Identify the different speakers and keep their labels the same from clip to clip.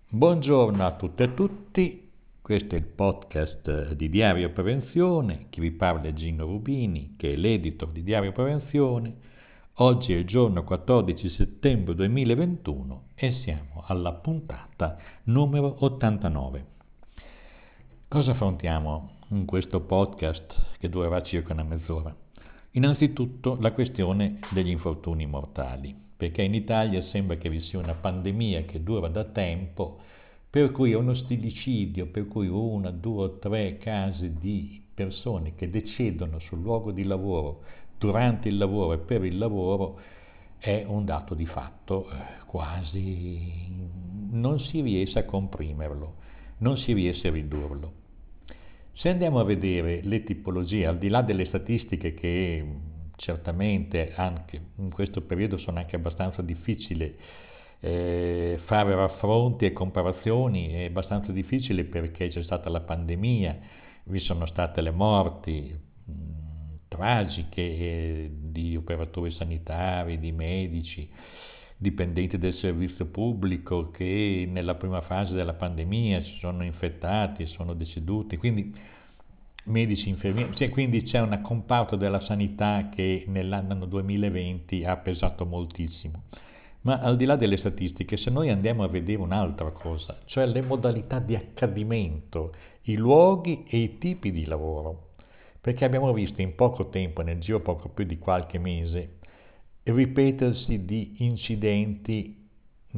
Speaker 1: Buongiorno a tutte e a tutti, questo è il podcast di Diario Prevenzione, chi vi parla è Gino Rubini, che è l'editor di Diario Prevenzione. Oggi è il giorno 14 settembre 2021 e siamo alla puntata numero 89. Cosa affrontiamo in questo podcast che durerà circa una mezz'ora? Innanzitutto la questione degli infortuni mortali, perché in Italia sembra che vi sia una pandemia che dura da tempo, per cui uno stillicidio, per cui una, due o tre casi di persone che decedono sul luogo di lavoro, durante il lavoro e per il lavoro, è un dato di fatto, quasi non si riesce a comprimerlo, non si riesce a ridurlo. Se andiamo a vedere le tipologie, al di là delle statistiche che certamente anche in questo periodo sono anche abbastanza difficili fare raffronti e comparazioni, è abbastanza difficile perché c'è stata la pandemia, vi sono state le morti tragiche di operatori sanitari, di medici, dipendenti del servizio pubblico che nella prima fase della pandemia si sono infettati e sono deceduti, quindi medici, infermieri, cioè, quindi c'è un comparto della sanità che nell'anno 2020 ha pesato moltissimo. Ma al di là delle statistiche, se noi andiamo a vedere un'altra cosa, cioè le modalità di accadimento, i luoghi e i tipi di lavoro, perché abbiamo visto in poco tempo, nel giro poco più di qualche mese, ripetersi di incidenti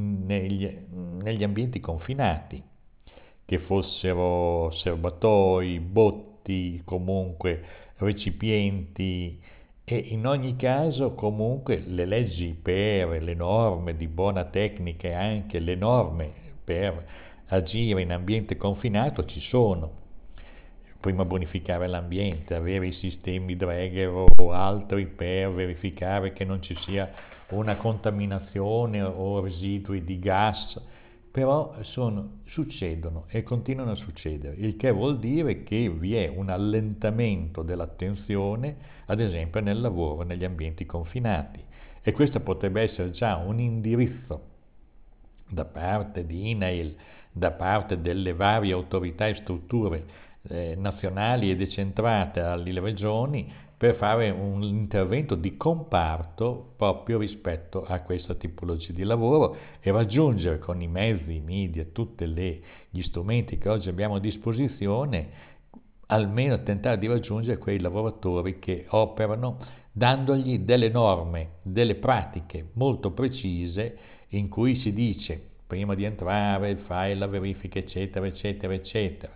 Speaker 1: negli ambienti confinati, che fossero serbatoi, botti, comunque recipienti, e in ogni caso comunque le leggi per le norme di buona tecnica e anche le norme per agire in ambiente confinato ci sono. Prima bonificare l'ambiente, avere i sistemi Dregger o altri per verificare che non ci sia una contaminazione o residui di gas, però succedono e continuano a succedere, il che vuol dire che vi è un allentamento dell'attenzione, ad esempio nel lavoro, negli ambienti confinati. E questo potrebbe essere già un indirizzo da parte di INAIL, da parte delle varie autorità e strutture nazionali e decentrate alle regioni per fare un intervento di comparto proprio rispetto a questa tipologia di lavoro e raggiungere con i mezzi, i media, tutti gli strumenti che oggi abbiamo a disposizione, almeno tentare di raggiungere quei lavoratori che operano dandogli delle norme, delle pratiche molto precise in cui si dice prima di entrare fai la verifica eccetera eccetera eccetera.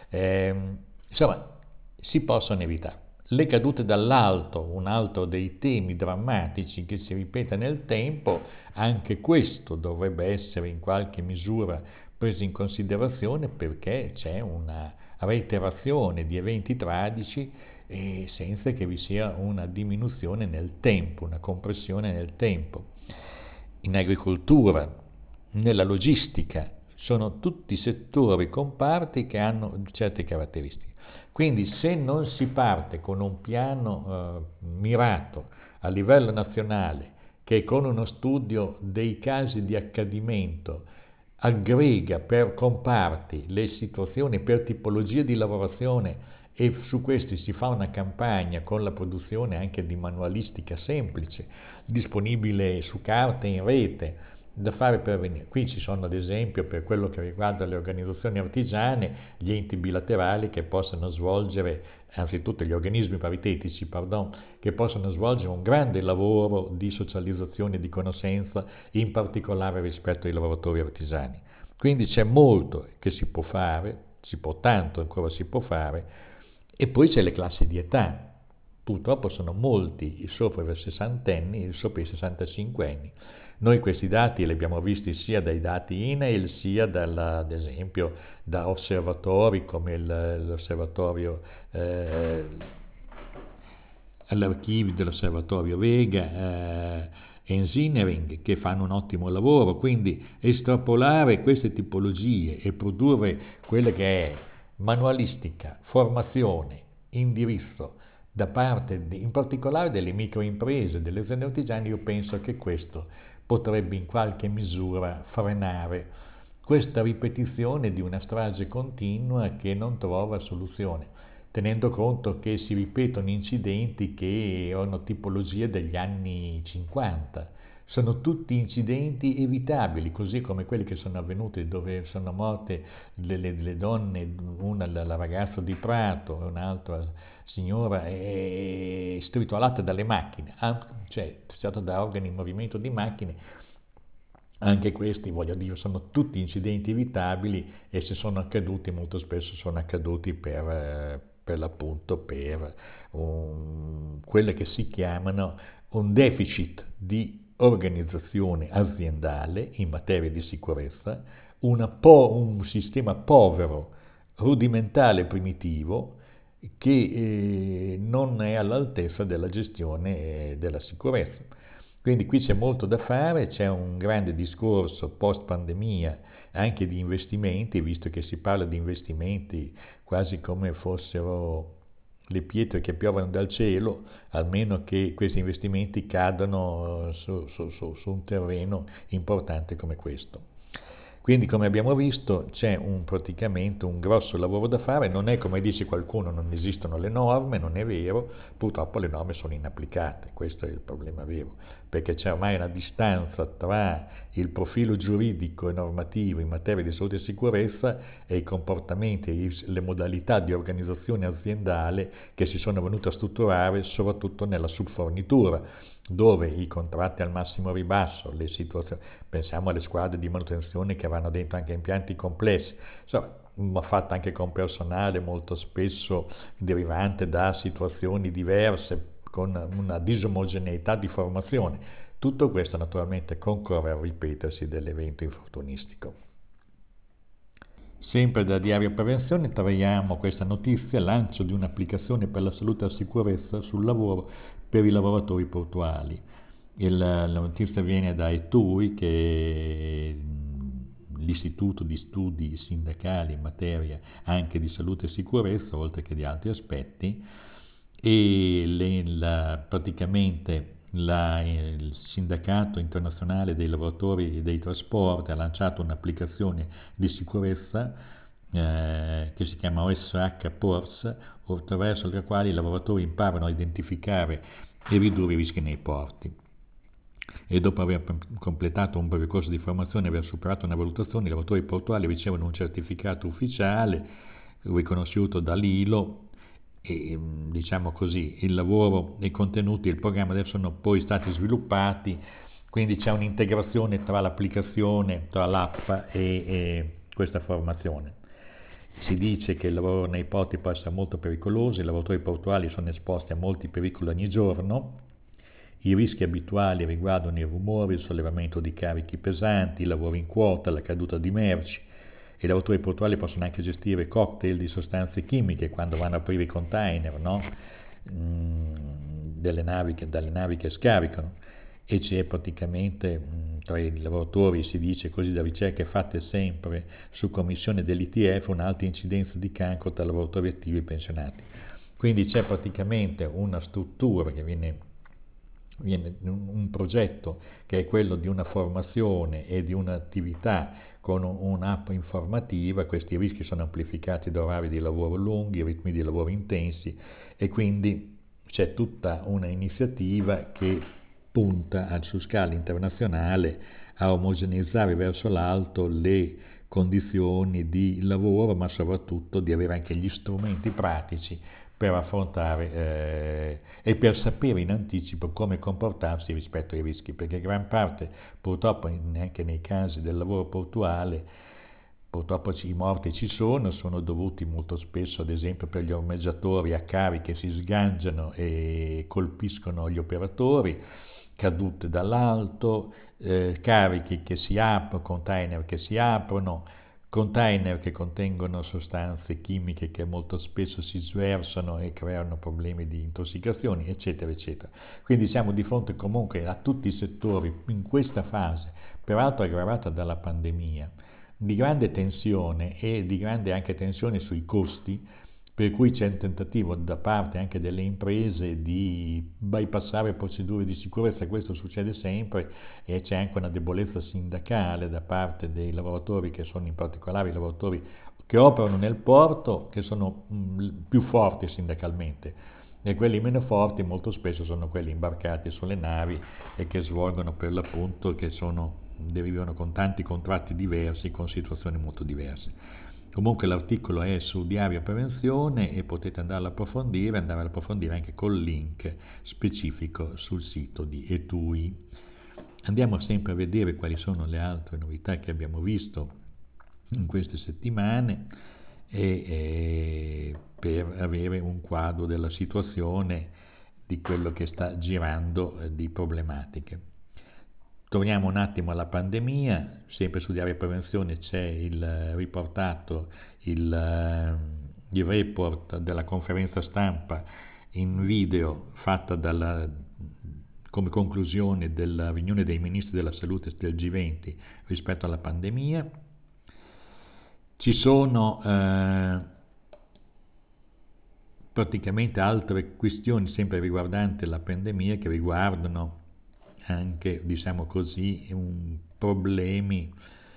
Speaker 1: Insomma, si possono evitare. Le cadute dall'alto, un altro dei temi drammatici che si ripete nel tempo, anche questo dovrebbe essere in qualche misura preso in considerazione perché c'è una reiterazione di eventi tragici e senza che vi sia una diminuzione nel tempo, una compressione nel tempo. In agricoltura, nella logistica, sono tutti settori, comparti che hanno certe caratteristiche. Quindi se non si parte con un piano mirato a livello nazionale, che con uno studio dei casi di accadimento aggrega per comparti le situazioni per tipologie di lavorazione e su questi si fa una campagna con la produzione anche di manualistica semplice, disponibile su carta e in rete, da fare per venire. Qui ci sono ad esempio per quello che riguarda le organizzazioni artigiane, gli enti bilaterali che possono svolgere, anzitutto gli organismi paritetici, pardon, che possono svolgere un grande lavoro di socializzazione e di conoscenza, in particolare rispetto ai lavoratori artigiani. Quindi c'è molto che si può fare, tanto ancora si può fare, e poi c'è le classi di età. Purtroppo sono molti sopra i 60 anni e sopra i 65 anni. Noi questi dati li abbiamo visti sia dai dati INAIL sia ad esempio da osservatori come l'osservatorio all'archivio dell'osservatorio Vega Engineering che fanno un ottimo lavoro, quindi estrapolare queste tipologie e produrre quelle che è manualistica, formazione, indirizzo da parte in particolare delle microimprese, delle aziende artigiane, io penso che questo potrebbe in qualche misura frenare questa ripetizione di una strage continua che non trova soluzione, tenendo conto che si ripetono incidenti che hanno tipologia degli anni 50. Sono tutti incidenti evitabili, così come quelli che sono avvenuti dove sono morte le donne, una la ragazza di Prato e un'altra signora stritolata dalle macchine, cioè tratto da organi in movimento di macchine. Anche questi, voglio dire, sono tutti incidenti evitabili e se sono accaduti molto spesso sono accaduti per l'appunto per quelle che si chiamano un deficit di organizzazione aziendale in materia di sicurezza, un sistema povero, rudimentale, primitivo, che non è all'altezza della gestione della sicurezza. Quindi qui c'è molto da fare, c'è un grande discorso post pandemia anche di investimenti, visto che si parla di investimenti quasi come fossero le pietre che piovono dal cielo, almeno che questi investimenti cadano su un terreno importante come questo. Quindi, come abbiamo visto, c'è praticamente un grosso lavoro da fare, non è come dice qualcuno, non esistono le norme, non è vero, purtroppo le norme sono inapplicate, questo è il problema vero, perché c'è ormai una distanza tra il profilo giuridico e normativo in materia di salute e sicurezza e i comportamenti e le modalità di organizzazione aziendale che si sono venute a strutturare soprattutto nella subfornitura, dove i contratti al massimo ribasso, le situazioni, pensiamo alle squadre di manutenzione che vanno dentro anche impianti complessi, insomma, ma fatta anche con personale molto spesso derivante da situazioni diverse, con una disomogeneità di formazione. Tutto questo naturalmente concorre al ripetersi dell'evento infortunistico. Sempre da Diario Prevenzione troviamo questa notizia, lancio di un'applicazione per la salute e la sicurezza sul lavoro per i lavoratori portuali. La notizia viene da ETUI, che è l'Istituto di Studi Sindacali in materia anche di salute e sicurezza, oltre che di altri aspetti, e praticamente il sindacato internazionale dei lavoratori dei trasporti ha lanciato un'applicazione di sicurezza che si chiama OSH PORS, attraverso la quale i lavoratori imparano a identificare e ridurre i rischi nei porti. E dopo aver completato un percorso di formazione e aver superato una valutazione, i lavoratori portuali ricevono un certificato ufficiale riconosciuto dall'ILO e diciamo così il lavoro e i contenuti del programma adesso sono poi stati sviluppati, quindi c'è un'integrazione tra l'applicazione, tra l'app e questa formazione. Si dice che il lavoro nei porti può essere molto pericoloso, i lavoratori portuali sono esposti a molti pericoli ogni giorno, i rischi abituali riguardano i rumori, il sollevamento di carichi pesanti, il lavoro in quota, la caduta di merci. I lavoratori portuali possono anche gestire cocktail di sostanze chimiche quando vanno a aprire i container, no? Dalle navi che scaricano. E c'è praticamente tra i lavoratori, si dice così da ricerche fatte sempre su commissione dell'ITF, un'alta incidenza di cancro tra lavoratori attivi e pensionati. Quindi c'è praticamente una struttura che viene un progetto che è quello di una formazione e di un'attività con un'app informativa. Questi rischi sono amplificati da orari di lavoro lunghi, ritmi di lavoro intensi e quindi c'è tutta una iniziativa che punta su scala internazionale a omogeneizzare verso l'alto le condizioni di lavoro, ma soprattutto di avere anche gli strumenti pratici per affrontare e per sapere in anticipo come comportarsi rispetto ai rischi, perché gran parte purtroppo anche nei casi del lavoro portuale purtroppo i morti ci sono dovuti molto spesso ad esempio per gli ormeggiatori a cavi che si sgangiano e colpiscono gli operatori, cadute dall'alto, carichi che si aprono, container che si aprono, container che contengono sostanze chimiche che molto spesso si sversano e creano problemi di intossicazioni, eccetera, eccetera. Quindi siamo di fronte comunque a tutti i settori in questa fase, peraltro aggravata dalla pandemia, di grande tensione e di grande anche tensione sui costi, per cui c'è un tentativo da parte anche delle imprese di bypassare procedure di sicurezza. Questo succede sempre, e c'è anche una debolezza sindacale da parte dei lavoratori, che sono in particolare i lavoratori che operano nel porto, che sono più forti sindacalmente, e quelli meno forti molto spesso sono quelli imbarcati sulle navi e che svolgono, per l'appunto, derivano con tanti contratti diversi, con situazioni molto diverse. Comunque l'articolo è su Diario Prevenzione e potete andare ad approfondire anche col link specifico sul sito di Etui. Andiamo sempre a vedere quali sono le altre novità che abbiamo visto in queste settimane, per avere un quadro della situazione, di quello che sta girando di problematiche. Torniamo un attimo alla pandemia. Sempre su Diario Prevenzione c'è riportato il report della conferenza stampa in video fatta come conclusione della riunione dei ministri della salute del G20 rispetto alla pandemia. Ci sono praticamente altre questioni sempre riguardanti la pandemia, che riguardano anche, diciamo così, problemi,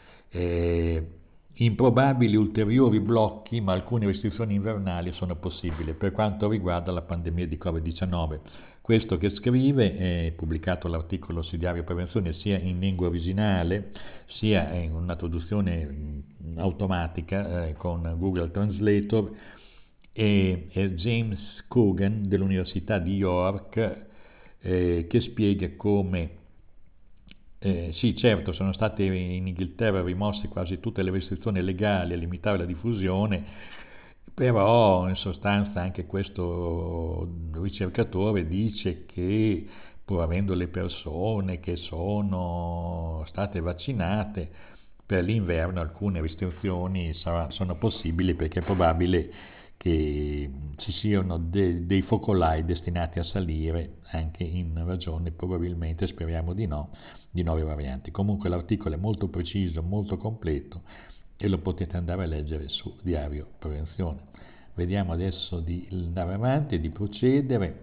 Speaker 1: improbabili ulteriori blocchi, ma alcune restrizioni invernali sono possibili per quanto riguarda la pandemia di Covid-19. Questo che scrive è pubblicato l'articolo su Diario Prevenzione sia in lingua originale sia in una traduzione automatica con Google Translator, e è James Coogan dell'Università di York, che spiega come sì, certo, sono state in Inghilterra rimosse quasi tutte le restrizioni legali a limitare la diffusione, però in sostanza anche questo ricercatore dice che, pur avendo le persone che sono state vaccinate, per l'inverno alcune restrizioni sono possibili, perché è probabile che ci siano dei focolai destinati a salire anche in ragione, probabilmente, speriamo di no, di nuove varianti. Comunque l'articolo è molto preciso, molto completo, e lo potete andare a leggere su Diario Prevenzione. Vediamo adesso di andare avanti e di procedere.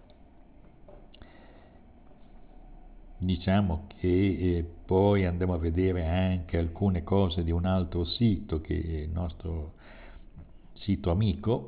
Speaker 1: Diciamo che poi andremo a vedere anche alcune cose di un altro sito, che è il nostro sito amico.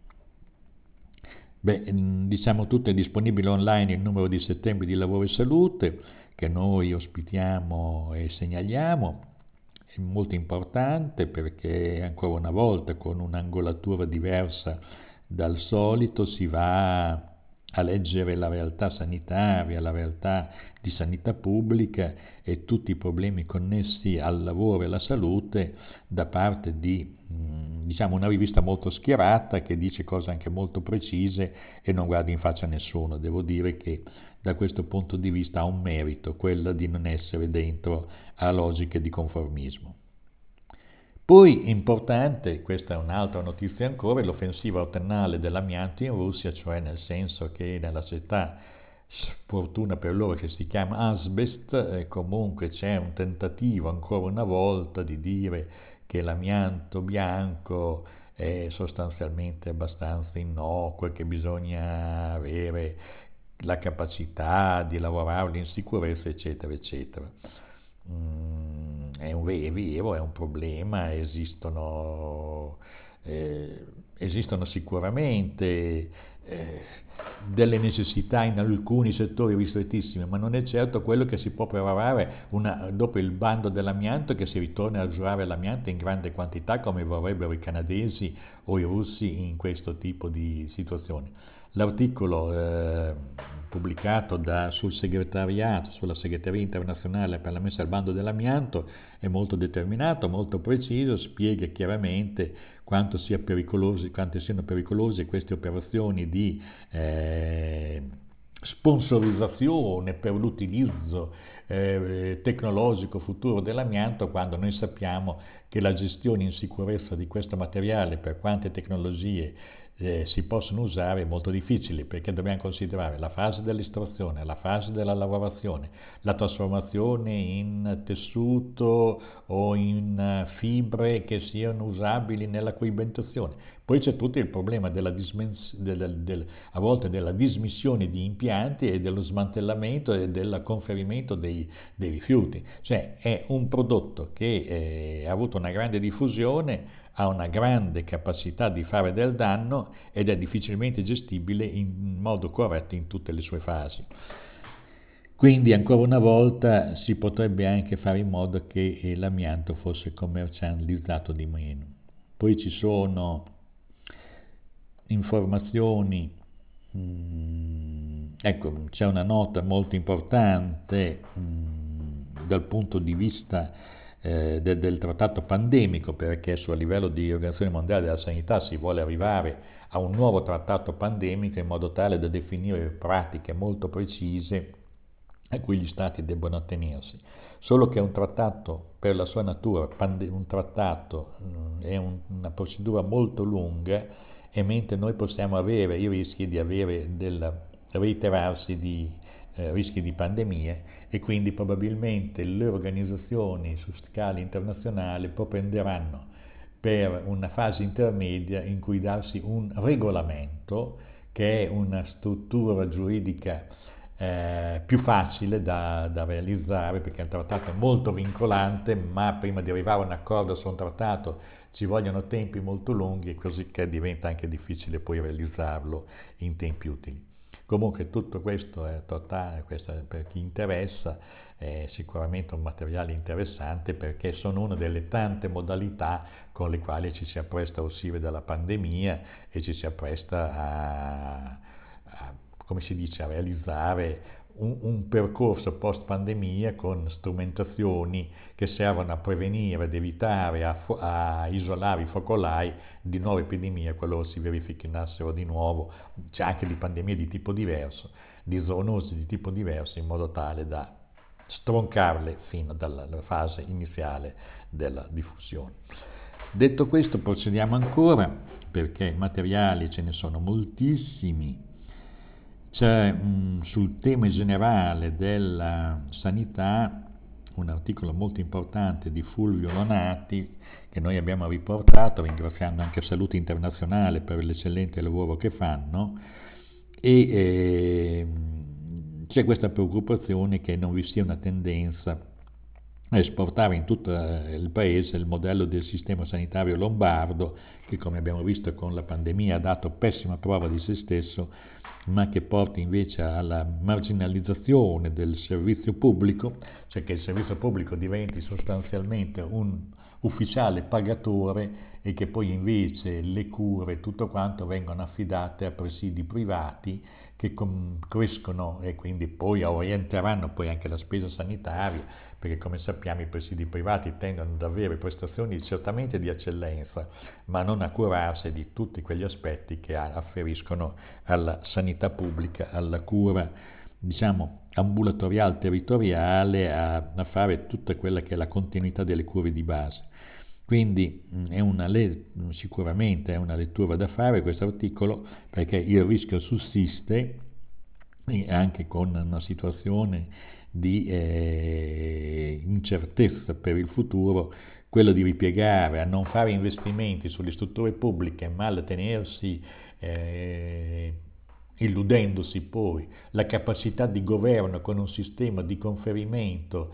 Speaker 1: Diciamo, tutto è disponibile online, il numero di settembre di Lavoro e Salute, che noi ospitiamo e segnaliamo. È molto importante, perché ancora una volta, con un'angolatura diversa dal solito, si va a leggere la realtà sanitaria, la realtà di sanità pubblica e tutti i problemi connessi al lavoro e alla salute, da parte di, diciamo, una rivista molto schierata, che dice cose anche molto precise e non guarda in faccia a nessuno. Devo dire che da questo punto di vista ha un merito, quello di non essere dentro a logiche di conformismo. Poi importante, questa è un'altra notizia ancora, è l'offensiva autunnale dell'amianto in Russia, cioè nel senso che nella città, sfortuna per loro, che si chiama Asbest, comunque c'è un tentativo ancora una volta di dire che l'amianto bianco è sostanzialmente abbastanza innocuo e che bisogna avere la capacità di lavorarlo in sicurezza, eccetera, eccetera. È vero, è un problema, esistono sicuramente delle necessità in alcuni settori ristrettissimi, ma non è certo quello che si può preparare dopo il bando dell'amianto, che si ritorni a usare l'amianto in grande quantità come vorrebbero i canadesi o i russi in questo tipo di situazioni. L'articolo pubblicato sulla segreteria internazionale per la messa al bando dell'amianto è molto determinato, molto preciso, spiega chiaramente quanto siano pericolose queste operazioni di sponsorizzazione per l'utilizzo tecnologico futuro dell'amianto, quando noi sappiamo che la gestione in sicurezza di questo materiale, per quante tecnologie si possono usare, è molto difficile, perché dobbiamo considerare la fase dell'estrazione, la fase della lavorazione, la trasformazione in tessuto o in fibre che siano usabili nella coibentazione. Poi c'è tutto il problema a volte della dismissione di impianti e dello smantellamento e del conferimento dei rifiuti. Cioè è un prodotto che ha avuto una grande diffusione, ha una grande capacità di fare del danno ed è difficilmente gestibile in modo corretto in tutte le sue fasi. Quindi ancora una volta si potrebbe anche fare in modo che l'amianto fosse commercializzato di meno. Poi ci sono informazioni, ecco, c'è una nota molto importante dal punto di vista del trattato pandemico, perché a livello di Organizzazione Mondiale della Sanità si vuole arrivare a un nuovo trattato pandemico in modo tale da definire pratiche molto precise a cui gli stati debbono attenersi. Solo che un trattato per la sua natura, un trattato è una procedura molto lunga, e mentre noi possiamo avere i rischi di avere del reiterarsi di rischi di pandemie, e quindi probabilmente le organizzazioni su scala internazionale propenderanno per una fase intermedia in cui darsi un regolamento che è una struttura giuridica più facile da realizzare, perché è un trattato molto vincolante, ma prima di arrivare a un accordo su un trattato ci vogliono tempi molto lunghi, e così che diventa anche difficile poi realizzarlo in tempi utili. Comunque tutto questo è totale, questo è per chi interessa, è sicuramente un materiale interessante, perché sono una delle tante modalità con le quali ci si appresta a uscire dalla pandemia e ci si appresta come si dice, a realizzare un percorso post pandemia con strumentazioni che servono a prevenire, ad evitare, a isolare i focolai di nuove epidemie qualora si verificassero di nuovo. C'è anche di pandemie di tipo diverso, di zoonosi di tipo diverso, in modo tale da stroncarle fino dalla fase iniziale della diffusione. Detto questo, procediamo ancora, perché materiali ce ne sono moltissimi. C'è sul tema generale della sanità un articolo molto importante di Fulvio Lonati, che noi abbiamo riportato, ringraziando anche Salute Internazionale per l'eccellente lavoro che fanno, e c'è questa preoccupazione che non vi sia una tendenza a esportare in tutto il paese il modello del sistema sanitario lombardo, che come abbiamo visto con la pandemia ha dato pessima prova di se stesso, ma che porta invece alla marginalizzazione del servizio pubblico, cioè che il servizio pubblico diventi sostanzialmente un ufficiale pagatore, e che poi invece le cure e tutto quanto vengono affidate a presidi privati che crescono, e quindi poi orienteranno poi anche la spesa sanitaria, perché come sappiamo i presidi privati tendono ad avere prestazioni certamente di eccellenza, ma non a curarsi di tutti quegli aspetti che afferiscono alla sanità pubblica, alla cura, diciamo, ambulatoriale, territoriale, a fare tutta quella che è la continuità delle cure di base. Quindi sicuramente è una lettura da fare questo articolo, perché il rischio sussiste, anche con una situazione di incertezza per il futuro, quello di ripiegare a non fare investimenti sulle strutture pubbliche, ma a tenersi illudendosi poi la capacità di governo con un sistema di conferimento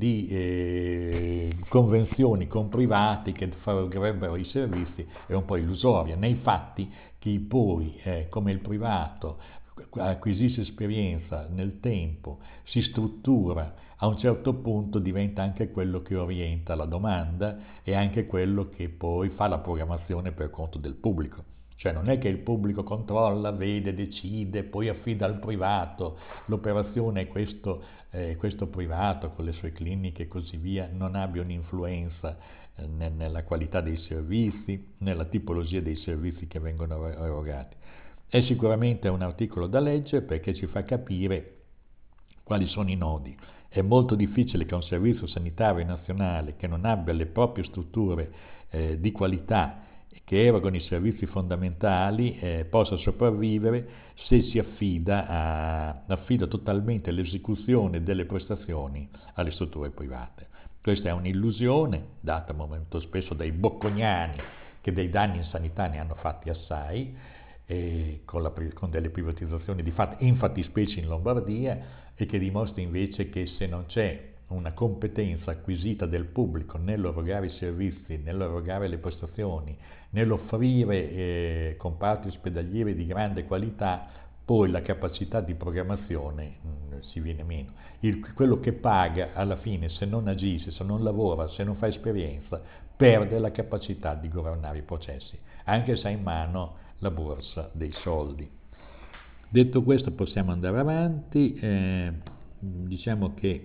Speaker 1: di convenzioni con privati che farebbero i servizi, è un po' illusoria. Nei fatti chi poi, come il privato, acquisisce esperienza nel tempo, si struttura, a un certo punto diventa anche quello che orienta la domanda e anche quello che poi fa la programmazione per conto del pubblico. Cioè non è che il pubblico controlla, vede, decide, poi affida al privato l'operazione, e questo privato con le sue cliniche e così via non abbia un'influenza nella qualità dei servizi, nella tipologia dei servizi che vengono erogati. È sicuramente un articolo da leggere, perché ci fa capire quali sono i nodi. È molto difficile che un servizio sanitario nazionale che non abbia le proprie strutture di qualità, che erogano i servizi fondamentali, possa sopravvivere se si affida totalmente l'esecuzione delle prestazioni alle strutture private. Questa è un'illusione data molto spesso dai bocconiani, che dei danni in sanità ne hanno fatti assai, con delle privatizzazioni di fatto, in fattispecie in Lombardia, e che dimostra invece che se non c'è una competenza acquisita del pubblico nell'erogare i servizi, nell'erogare le prestazioni, nell'offrire comparti ospedalieri di grande qualità, poi la capacità di programmazione si viene meno. Quello che paga alla fine, se non agisce, se non lavora, se non fa esperienza, perde la capacità di governare i processi, anche se ha in mano la borsa dei soldi. Detto questo possiamo andare avanti, diciamo che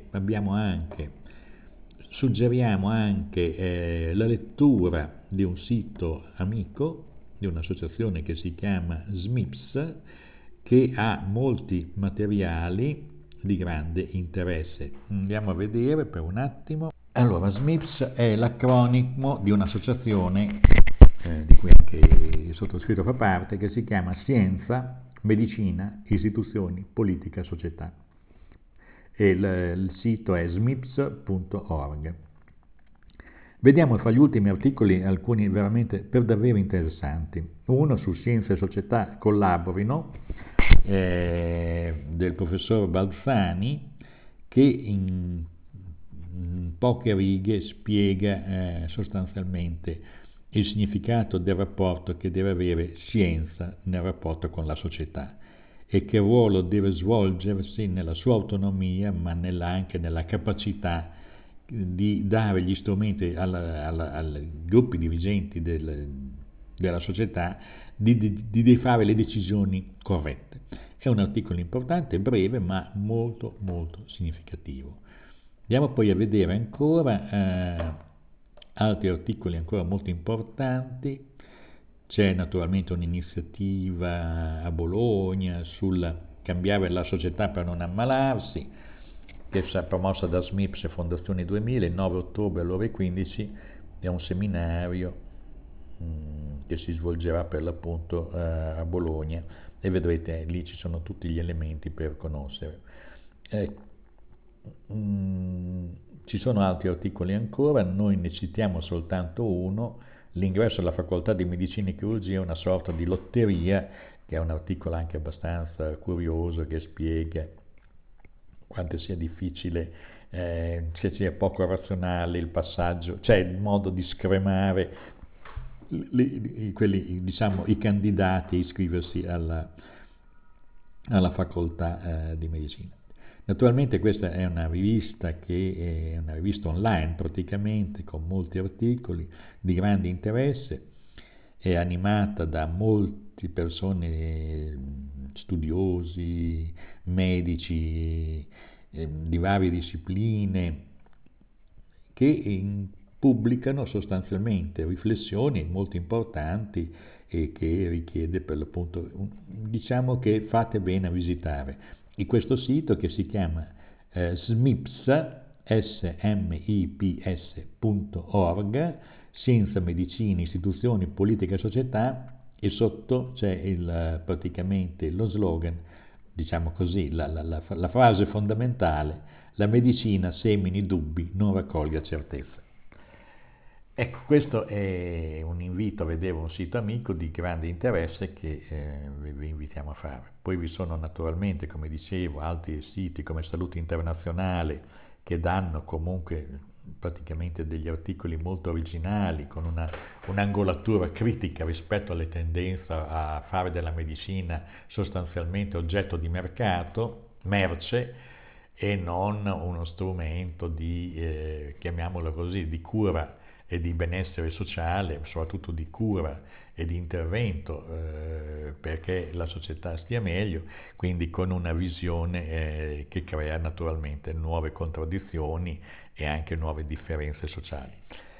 Speaker 1: suggeriamo anche la lettura di un sito amico, di un'associazione che si chiama SMIPS, che ha molti materiali di grande interesse. Andiamo a vedere per un attimo. Allora, SMIPS è l'acronimo di un'associazione di cui anche il sottoscritto fa parte, che si chiama Scienza, Medicina, Istituzioni, Politica, Società. E il sito è smips.org. Vediamo fra gli ultimi articoli alcuni veramente per davvero interessanti. Uno su Scienza e Società collaborino, del professor Balzani, che in poche righe spiega sostanzialmente il significato del rapporto che deve avere scienza nel rapporto con la società e che ruolo deve svolgersi nella sua autonomia, ma anche nella capacità di dare gli strumenti ai gruppi dirigenti della società di fare le decisioni corrette. È un articolo importante, breve, ma molto molto significativo. Andiamo poi a vedere ancora altri articoli ancora molto importanti. C'è naturalmente un'iniziativa a Bologna sul cambiare la società per non ammalarsi, che è promossa da SMIPS e Fondazione 2000, il 9 ottobre alle ore 15, è un seminario che si svolgerà per l'appunto a Bologna, e vedrete lì ci sono tutti gli elementi per conoscere. Ci sono altri articoli ancora, noi ne citiamo soltanto uno. L'ingresso alla facoltà di medicina e chirurgia è una sorta di lotteria, che è un articolo anche abbastanza curioso, che spiega quanto sia difficile, se sia poco razionale il passaggio, cioè il modo di scremare i candidati a iscriversi alla facoltà di medicina. Naturalmente questa è una rivista che è una rivista online praticamente, con molti articoli di grande interesse, è animata da molte persone, studiosi, medici di varie discipline, che pubblicano sostanzialmente riflessioni molto importanti e che richiede per l'appunto, diciamo che fate bene a visitare di questo sito, che si chiama smips.org, Scienza, Medicina, Istituzioni, Politica e Società, e sotto c'è praticamente lo slogan, diciamo così, la frase fondamentale: la medicina semini dubbi, non raccolga certezze. Ecco, questo è un invito a vedere un sito amico di grande interesse che vi invitiamo a fare. Poi vi sono naturalmente, come dicevo, altri siti come Salute Internazionale, che danno comunque praticamente degli articoli molto originali, con un'angolatura critica rispetto alle tendenze a fare della medicina sostanzialmente oggetto di mercato, merce, e non uno strumento di, chiamiamolo così, di cura e di benessere sociale, soprattutto di cura e di intervento perché la società stia meglio, quindi con una visione che crea naturalmente nuove contraddizioni e anche nuove differenze sociali.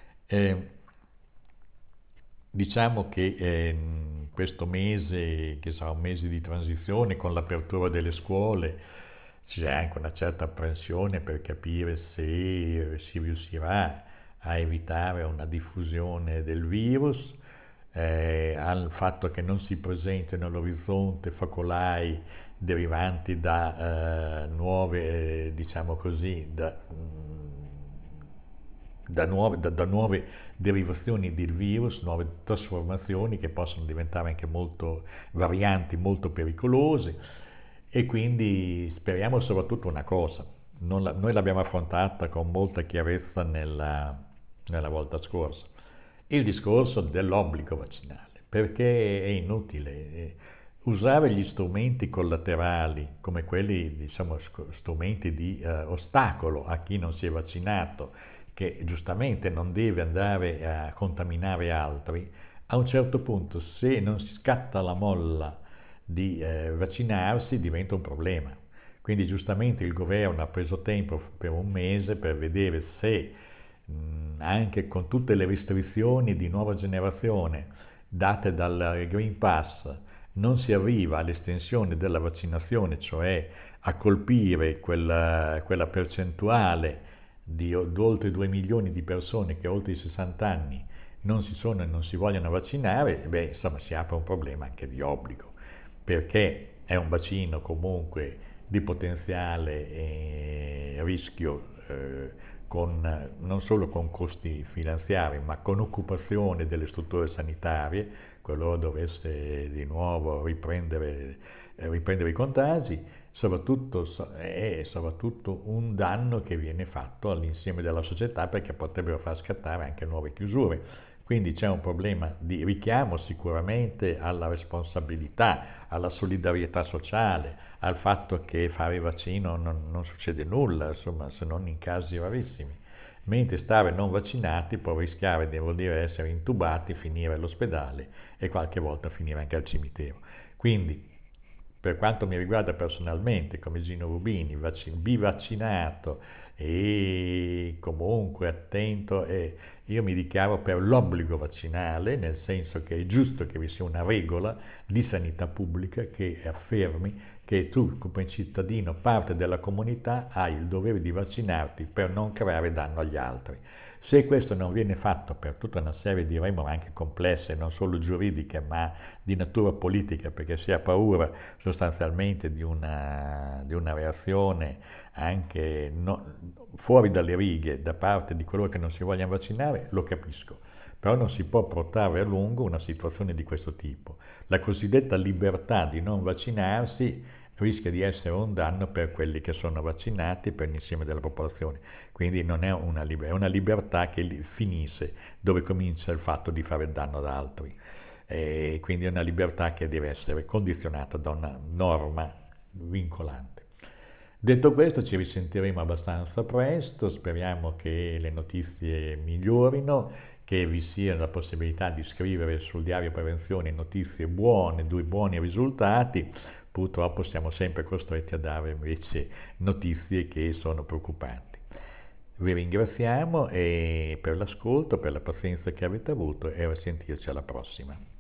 Speaker 1: Diciamo che questo mese, che sarà un mese di transizione con l'apertura delle scuole, c'è anche una certa apprensione per capire se si riuscirà a evitare una diffusione del virus, al fatto che non si presentino all'orizzonte focolai derivanti da nuove, diciamo così, da nuove derivazioni del virus, nuove trasformazioni che possono diventare anche molto varianti, molto pericolose, e quindi speriamo soprattutto una cosa. Noi l'abbiamo affrontata con molta chiarezza nella volta scorsa, il discorso dell'obbligo vaccinale, perché è inutile usare gli strumenti collaterali come quelli, diciamo, strumenti di ostacolo a chi non si è vaccinato, che giustamente non deve andare a contaminare altri. A un certo punto, se non si scatta la molla di vaccinarsi, diventa un problema. Quindi giustamente il governo ha preso tempo per un mese per vedere se anche con tutte le restrizioni di nuova generazione date dal Green Pass non si arriva all'estensione della vaccinazione, cioè a colpire quella percentuale di oltre 2 milioni di persone che oltre i 60 anni non si sono e non si vogliono vaccinare, beh, insomma si apre un problema anche di obbligo, perché è un vaccino comunque di potenziale rischio non solo con costi finanziari, ma con occupazione delle strutture sanitarie, qualora dovesse di nuovo riprendere i contagi, è soprattutto un danno che viene fatto all'insieme della società, perché potrebbero far scattare anche nuove chiusure. Quindi c'è un problema di richiamo sicuramente alla responsabilità, alla solidarietà sociale, al fatto che fare il vaccino non succede nulla, insomma, se non in casi rarissimi. Mentre stare non vaccinati può rischiare di vuol dire essere intubati, finire all'ospedale e qualche volta finire anche al cimitero. Quindi, per quanto mi riguarda personalmente, come Gino Rubini, bivaccinato e comunque attento, io mi dichiaro per l'obbligo vaccinale, nel senso che è giusto che vi sia una regola di sanità pubblica che affermi che tu come cittadino, parte della comunità, hai il dovere di vaccinarti per non creare danno agli altri. Se questo non viene fatto per tutta una serie, diremo, anche complesse, non solo giuridiche, ma di natura politica, perché si ha paura sostanzialmente di una reazione anche fuori dalle righe da parte di coloro che non si vogliono vaccinare, lo capisco. Però non si può portare a lungo una situazione di questo tipo. La cosiddetta libertà di non vaccinarsi rischia di essere un danno per quelli che sono vaccinati e per l'insieme della popolazione. Quindi non è è una libertà che finisce dove comincia il fatto di fare danno ad altri. E quindi è una libertà che deve essere condizionata da una norma vincolante. Detto questo, ci risentiremo abbastanza presto, speriamo che le notizie migliorino, che vi sia la possibilità di scrivere sul diario Prevenzione notizie buone, due buoni risultati. Purtroppo siamo sempre costretti a dare invece notizie che sono preoccupanti. Vi ringraziamo per l'ascolto, per la pazienza che avete avuto, e a sentirci alla prossima.